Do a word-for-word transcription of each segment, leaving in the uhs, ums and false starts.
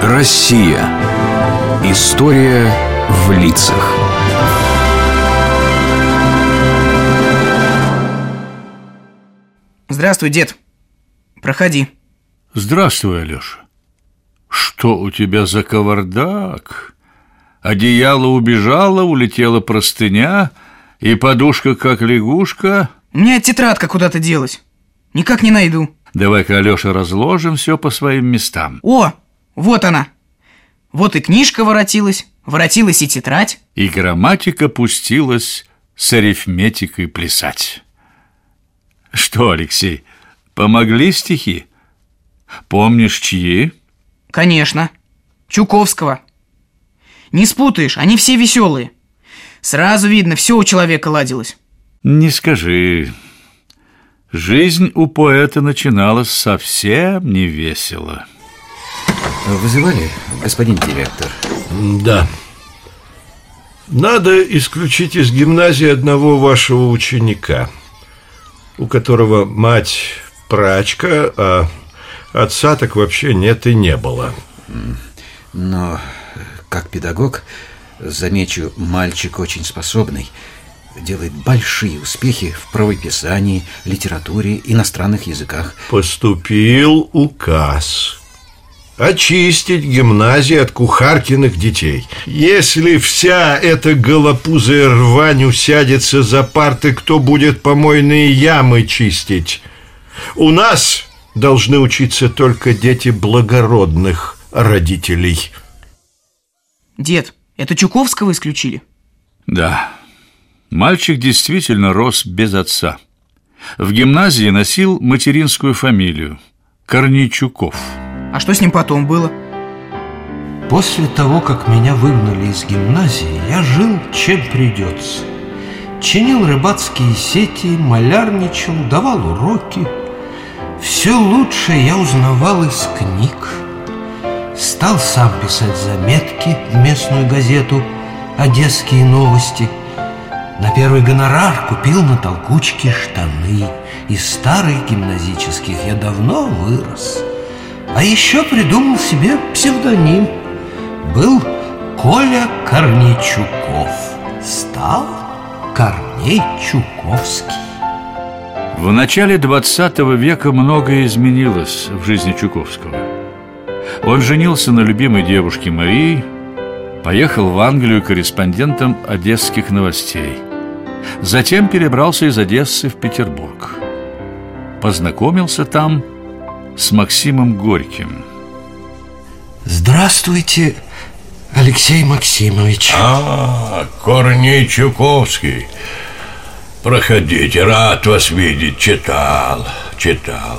Россия. История в лицах. Здравствуй, дед. Проходи. Здравствуй, Алеша. Что у тебя за кавардак? Одеяло убежало, улетела простыня, и подушка как лягушка. У меня тетрадка куда-то делась. Никак не найду. Давай-ка, Алеша, разложим все по своим местам. О, вот она. Вот и книжка воротилась, воротилась и тетрадь. И грамматика пустилась с арифметикой плясать. Что, Алексей, помогли стихи? Помнишь, чьи? Конечно, Чуковского. Не спутаешь, они все веселые. Сразу видно, все у человека ладилось. Не скажи. Жизнь у поэта начиналась совсем не весело. Вызывали, господин директор? Да. Надо исключить из гимназии одного вашего ученика, у которого мать прачка, а отца так вообще нет и не было. Но как педагог, замечу, мальчик очень способный, делает большие успехи в правописании, литературе, иностранных языках. Поступил указ очистить гимназию от кухаркиных детей. Если вся эта голопузая рвань усядется за парты, кто будет помойные ямы чистить? У нас должны учиться только дети благородных родителей. Дед, это Чуковского исключили? Да. Мальчик действительно рос без отца. В гимназии носил материнскую фамилию – Корнейчуков. А что с ним потом было? После того, как меня выгнали из гимназии, я жил чем придется. Чинил рыбацкие сети, малярничал, давал уроки. Все лучшее я узнавал из книг. Стал сам писать заметки в местную газету «Одесские новости». На первый гонорар купил на толкучке штаны. Из старых гимназических я давно вырос. А еще придумал себе псевдоним. Был Коля Корнейчуков. Стал Корней Чуковский. В начале двадцатого века многое изменилось в жизни Чуковского. Он женился на любимой девушке Марии, поехал в Англию корреспондентом одесских новостей. Затем перебрался из Одессы в Петербург. Познакомился там с Максимом Горьким. Здравствуйте, Алексей Максимович. А, Корней Чуковский. Проходите, рад вас видеть. Читал, читал.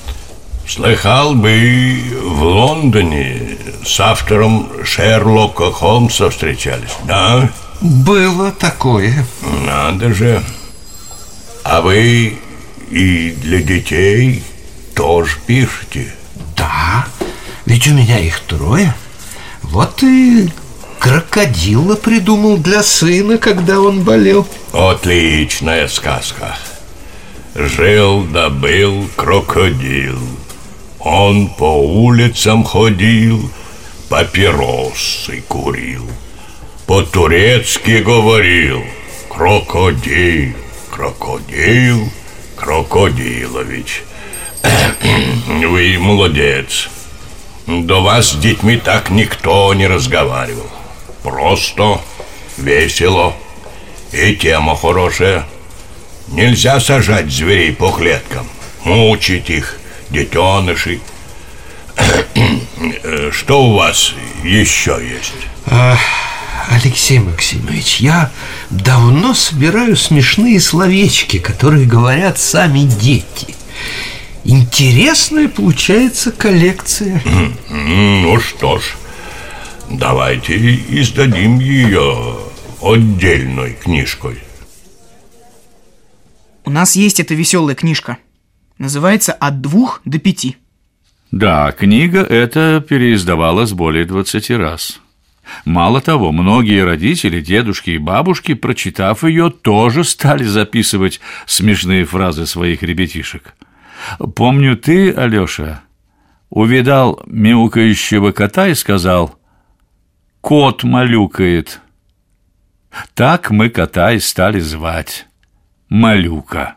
Слыхал бы, в Лондоне с автором Шерлока Холмса встречались, да? Было такое. Надо же. А вы и для детей тоже пишете? Да, ведь у меня их трое. Вот и крокодила придумал для сына, когда он болел. Отличная сказка. Жил да был крокодил. Он по улицам ходил, папиросы курил, по-турецки говорил: крокодил, крокодил, крокодилович. Вы молодец. До вас с детьми так никто не разговаривал. Просто, весело. И тема хорошая. Нельзя сажать зверей по клеткам, мучить их, детенышей. Что у вас еще есть? а, Алексей Максимович, я давно собираю смешные словечки, которые говорят сами дети. Интересная получается коллекция. Ну что ж, давайте издадим ее отдельной книжкой. У нас есть эта веселая книжка. Называется «От двух до пяти». Да, книга эта переиздавалась более двадцати раз. Мало того, многие родители, дедушки и бабушки, прочитав ее, тоже стали записывать смешные фразы своих ребятишек. Помню, ты, Алеша, увидал мяукающего кота и сказал: «Кот малюкает». Так мы кота и стали звать Малюка.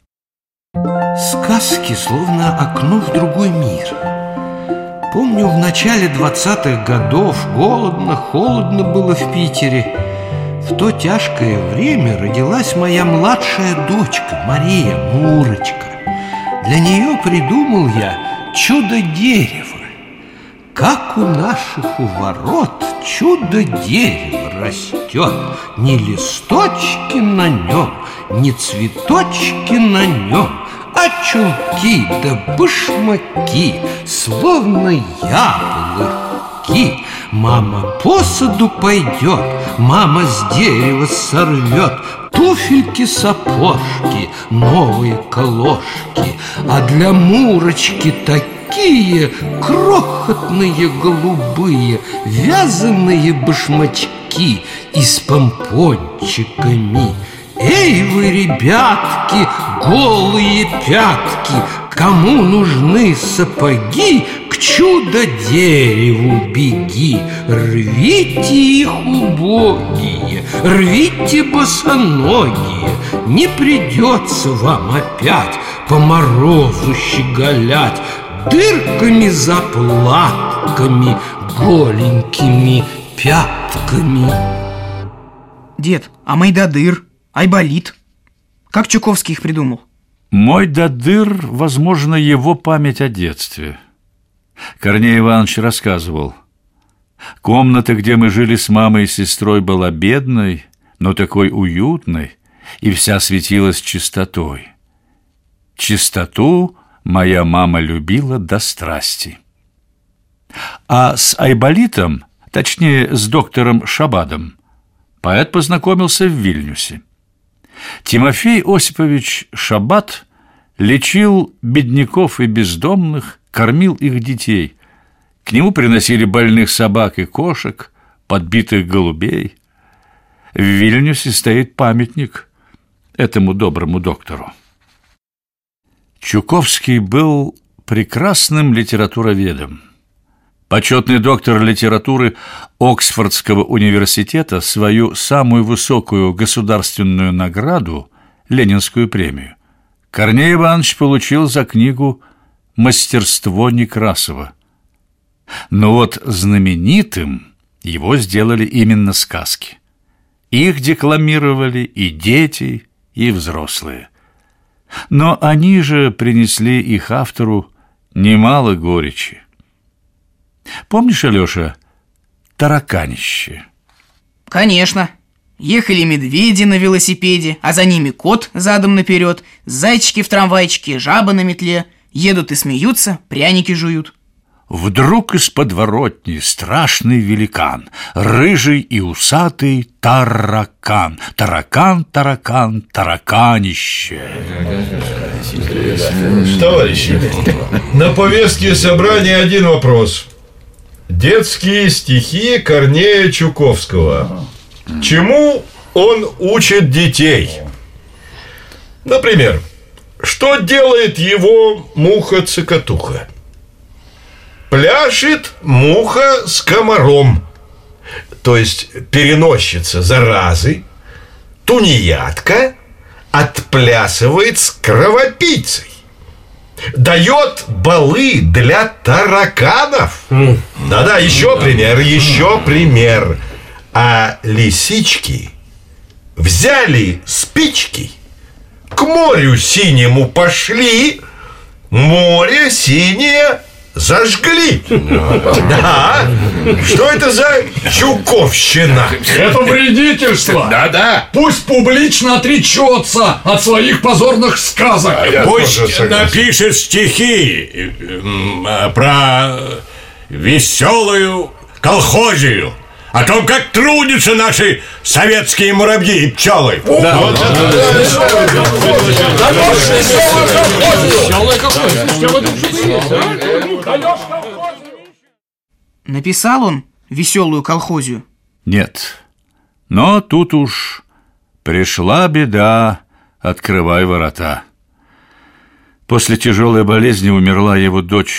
Сказки словно окно в другой мир. Помню, в начале двадцатых годов голодно, холодно было в Питере. В то тяжкое время родилась моя младшая дочка Мария, Мурочка. Для нее придумал я чудо-дерево. Как у наших у ворот чудо-дерево растет, ни листочки на нем, ни цветочки на нем, а чулки да башмаки, словно яблоки. Мама по саду пойдет, мама с дерева сорвет туфельки-сапожки, новые колошки, а для Мурочки такие крохотные голубые вязаные башмачки и с помпончиками. Эй вы, ребятки, голые пятки, кому нужны сапоги, к чудо-дереву беги. Рвите их, убогие, рвите босоногие, не придется вам опять по морозу щеголять дырками, заплатками, голенькими пятками. Дед, а Майдадыр, Айболит, как Чуковский их придумал? Мой Дадыр, возможно, его память о детстве. Корней Иванович рассказывал: комната, где мы жили с мамой и сестрой, была бедной, но такой уютной, и вся светилась чистотой. Чистоту моя мама любила до страсти. А с Айболитом, точнее, с доктором Шабадом, поэт познакомился в Вильнюсе. Тимофей Осипович Шабад лечил бедняков и бездомных, кормил их детей. К нему приносили больных собак и кошек, подбитых голубей. В Вильнюсе стоит памятник этому доброму доктору. Чуковский был прекрасным литературоведом. Почетный доктор литературы Оксфордского университета свою самую высокую государственную награду, Ленинскую премию, Корней Иванович получил за книгу «Мастерство Некрасова». Но вот знаменитым его сделали именно сказки. Их декламировали и дети, и взрослые. Но они же принесли их автору немало горечи. Помнишь, Алёша, «Тараканище»? Конечно. Ехали медведи на велосипеде, а за ними кот задом наперед, зайчики в трамвайчике, жаба на метле. Едут и смеются, пряники жуют. Вдруг из подворотни страшный великан, рыжий и усатый таракан. Таракан, таракан, тараканище. Товарищи, на повестке собрания один вопрос. Детские стихи Корнея Чуковского. Чему он учит детей? Например, что делает его муха-цокотуха? Пляшет муха с комаром, то есть переносчица заразы. Тунеядка отплясывает с кровопийцей. Дает балы для тараканов. Да-да, еще пример, еще пример. А лисички взяли спички, к морю синему пошли, море синее зажгли. Да. Что это за чуковщина? Это вредительство. Да-да. Пусть публично отречется от своих позорных сказок. Пусть напишет стихи про веселую колхозию, о том, как трудятся наши советские муравьи и пчелы. Да. Вот Написал он веселую колхозию? Нет. Но тут уж пришла беда, открывай ворота. После тяжелой болезни умерла его дочь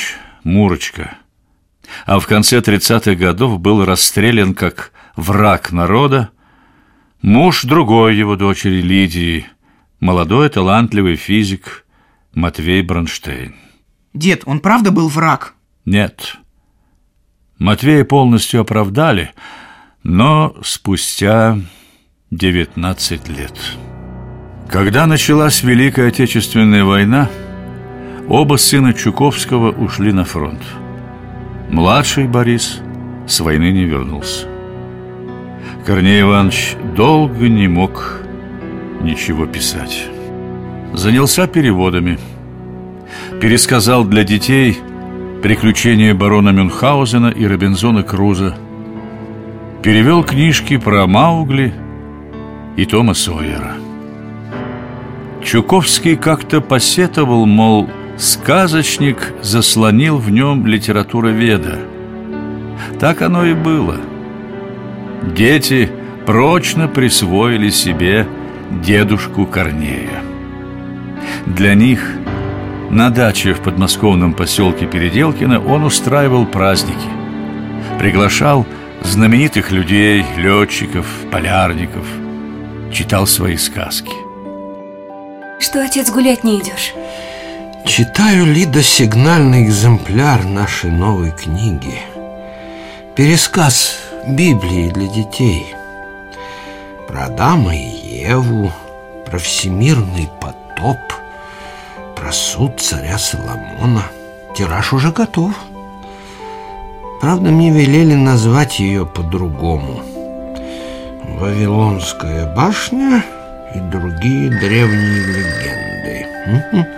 Мурочка. А в конце тридцатых годов был расстрелян как враг народа муж другой его дочери Лидии, молодой талантливый физик Матвей Бронштейн. Дед, он правда был враг? Нет. Матвея полностью оправдали, но спустя девятнадцать лет. Когда началась Великая Отечественная война, оба сына Чуковского ушли на фронт. Младший Борис с войны не вернулся. Корней Иванович долго не мог ничего писать. Занялся переводами. Пересказал для детей «Приключения барона Мюнхгаузена» и «Робинзона Круза». Перевел книжки про Маугли и Тома Сойера. Чуковский как-то посетовал, мол, сказочник заслонил в нем литературоведа. Так оно и было. Дети прочно присвоили себе дедушку Корнея. Для них на даче в подмосковном поселке Переделкино он устраивал праздники. Приглашал знаменитых людей, летчиков, полярников. Читал свои сказки. Что, отец, гулять не идешь? Читаю, Лида, сигнальный экземпляр нашей новой книги. Пересказ Библии для детей. Про Адама и Еву, про всемирный потоп, про суд царя Соломона. Тираж уже готов. Правда, мне велели назвать ее по-другому. «Вавилонская башня и другие древние легенды».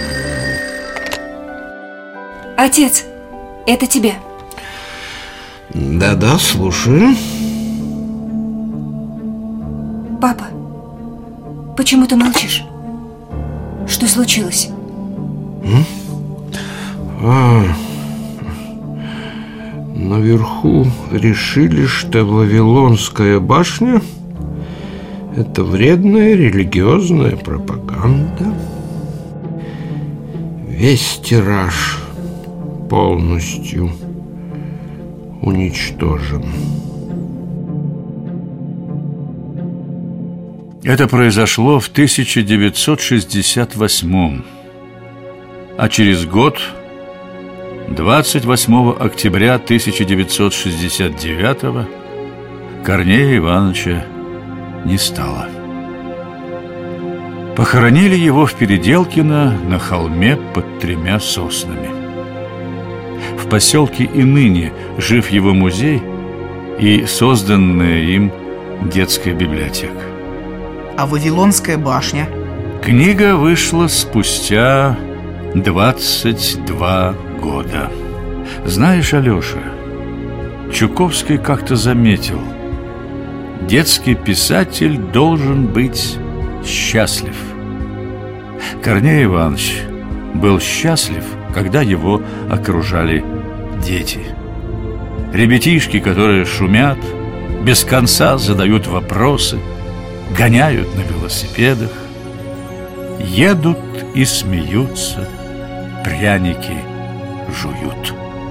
Отец, это тебе. Да-да, слушаю. Папа, почему ты молчишь? Что случилось? М? А, наверху решили, что Вавилонская башня — это вредная религиозная пропаганда. Весь тираж полностью уничтожен. Это произошло в тысяча девятьсот шестьдесят восьмом, а через год, двадцать восьмого октября тысяча девятьсот шестьдесят девятого, Корнея Ивановича не стало. Похоронили его в Переделкино на холме под тремя соснами. В поселке и ныне жив его музей и созданная им детская библиотека. А Вавилонская башня? Книга вышла спустя двадцать два года. Знаешь, Алеша, Чуковский как-то заметил: детский писатель должен быть счастлив. Корней Иванович был счастлив, когда его окружали дети. Ребятишки, которые шумят, без конца задают вопросы, гоняют на велосипедах, едут и смеются, пряники жуют.